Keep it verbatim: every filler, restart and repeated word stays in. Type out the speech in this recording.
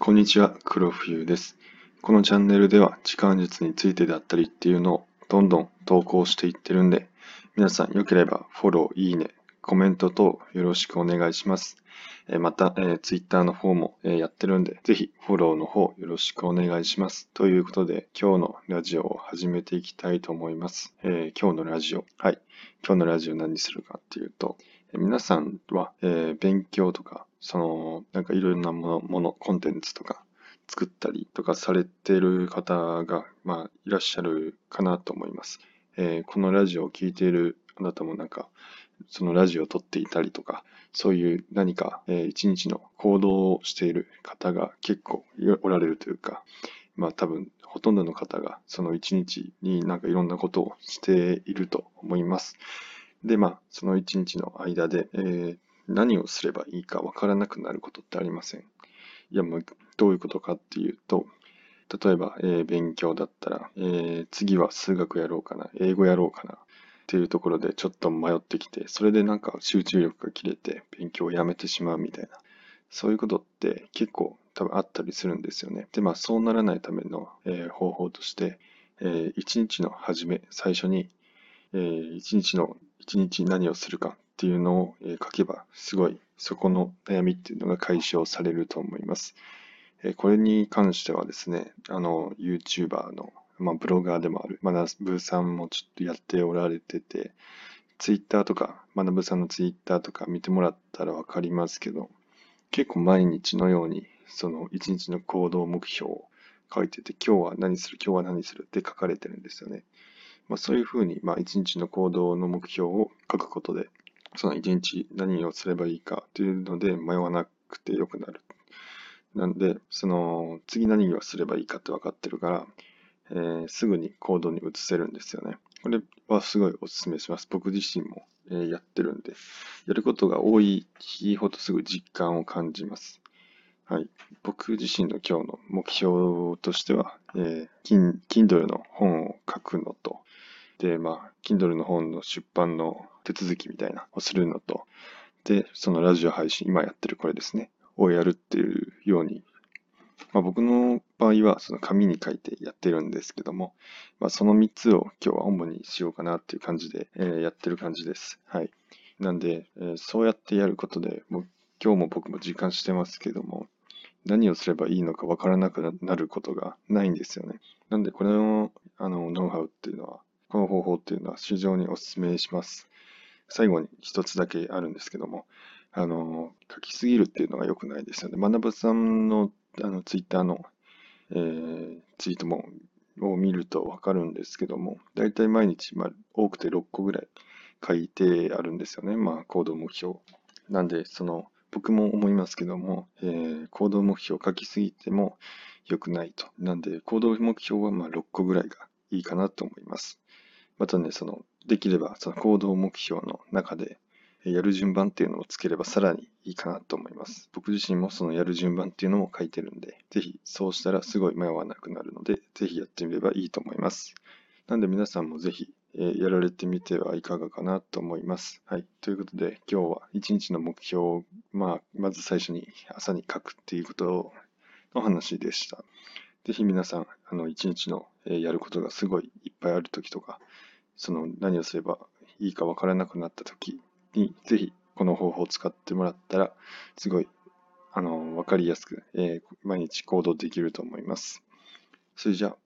こんにちは、黒冬です。このチャンネルでは時間術についてだったりっていうのをどんどん投稿していってるんで、皆さんよければフォロー、いいね、コメント等よろしくお願いします。えーまた、えー、Twitter の方も、えーやってるんで、ぜひフォローの方よろしくお願いします。ということで、今日のラジオを始めていきたいと思います。えー今日のラジオ。はい。今日のラジオ何するかっていうと、えー皆さんは、えー勉強とか、その、なんかいろいろなもの、もの、コンテンツとか作ったりとかされている方が、まあ、いらっしゃるかなと思います。えーこのラジオを聞いているあなたもなんか、そのラジオを撮っていたりとか、そういう何か、えー一日の行動をしている方が結構おられるというか、まあ多分ほとんどの方がその一日になんかいろんなことをしていると思います。で、まあその一日の間で、えー何をすればいいかわからなくなることってありません。いや、もうどういうことかっていうと、例えば、えー勉強だったら、えー次は数学やろうかな、英語やろうかなっていうところでちょっと迷ってきて、それでなんか集中力が切れて勉強をやめてしまうみたいな、そういうことって結構多分あったりするんですよね。で、まあそうならないための、えー方法として、えー一日の初め、最初に、えー一日の一日何をするかっていうのを、えー書けば、すごいそこの悩みっていうのが解消されると思います。えーこれに関してはですね、あの、YouTuber の、まあ、ブロガーでもある、まなぶさんもちょっとやっておられてて、Twitter とか、まなぶさんの Twitter とか見てもらったらわかりますけど、結構毎日のように、その一日の行動目標を書いてて、今日は何する、今日は何するって書かれてるんですよね。まあ、そういうふうに、まあ、一日の行動の目標を書くことで、その一日何をすればいいかっていうので迷わなくてよくなる。なんで、その、次何をすればいいかって分かってるから、えーすぐに行動に移せるんですよね。これはすごいお勧めします。僕自身も、えーやってるんで、やることが多い日ほどすぐ実感を感じます。はい。僕自身の今日の目標としては、えー、Kin- Kindle の本を書くのと、で、まあ、Kindle の本の出版の手続きみたいなをするのと、で、そのラジオ配信、今やってるこれですね、をやるっていうように、まあ、僕の場合はその紙に書いてやってるんですけども、まあ、そのみっつを今日は主にしようかなっていう感じで、えーやってる感じです。はい。なんで、えーそうやってやることで、もう今日も僕も実感してますけども、何をすればいいのかわからなくなることがないんですよね。なんで、これの、あの、ノウハウっていうのは、この方法っていうのは非常にお勧めします。最後に一つだけあるんですけども、あの、書きすぎるっていうのが良くないですよね。学ぶさんの、あの、ツイッターの、えーツイートも、を見るとわかるんですけども、だいたい毎日、まあ、多くてろっこぐらい書いてあるんですよね。まあ、行動目標。なんで、その、僕も思いますけども、えー行動目標を書きすぎても良くないと。なんで、行動目標はまあろっこぐらいがいいかなと思います。またね、その、できれば、その行動目標の中で、えやる順番っていうのをつければさらにいいかなと思います。僕自身もそのやる順番っていうのも書いてるんで、ぜひそうしたらすごい迷わなくなるので、ぜひやってみればいいと思います。なんで皆さんもぜひ、えーやられてみてはいかがかなと思います。はい。ということで、今日は一日の目標を、まあ、まず最初に朝に書くっていうことの話でした。ぜひ皆さん、あの、一日の、えーやることがすごいいっぱいあるときとか、その何をすればいいかわからなくなった時に、ぜひこの方法を使ってもらったら、すごい、あの、わかりやすく、えー毎日行動できると思います。それじゃあ、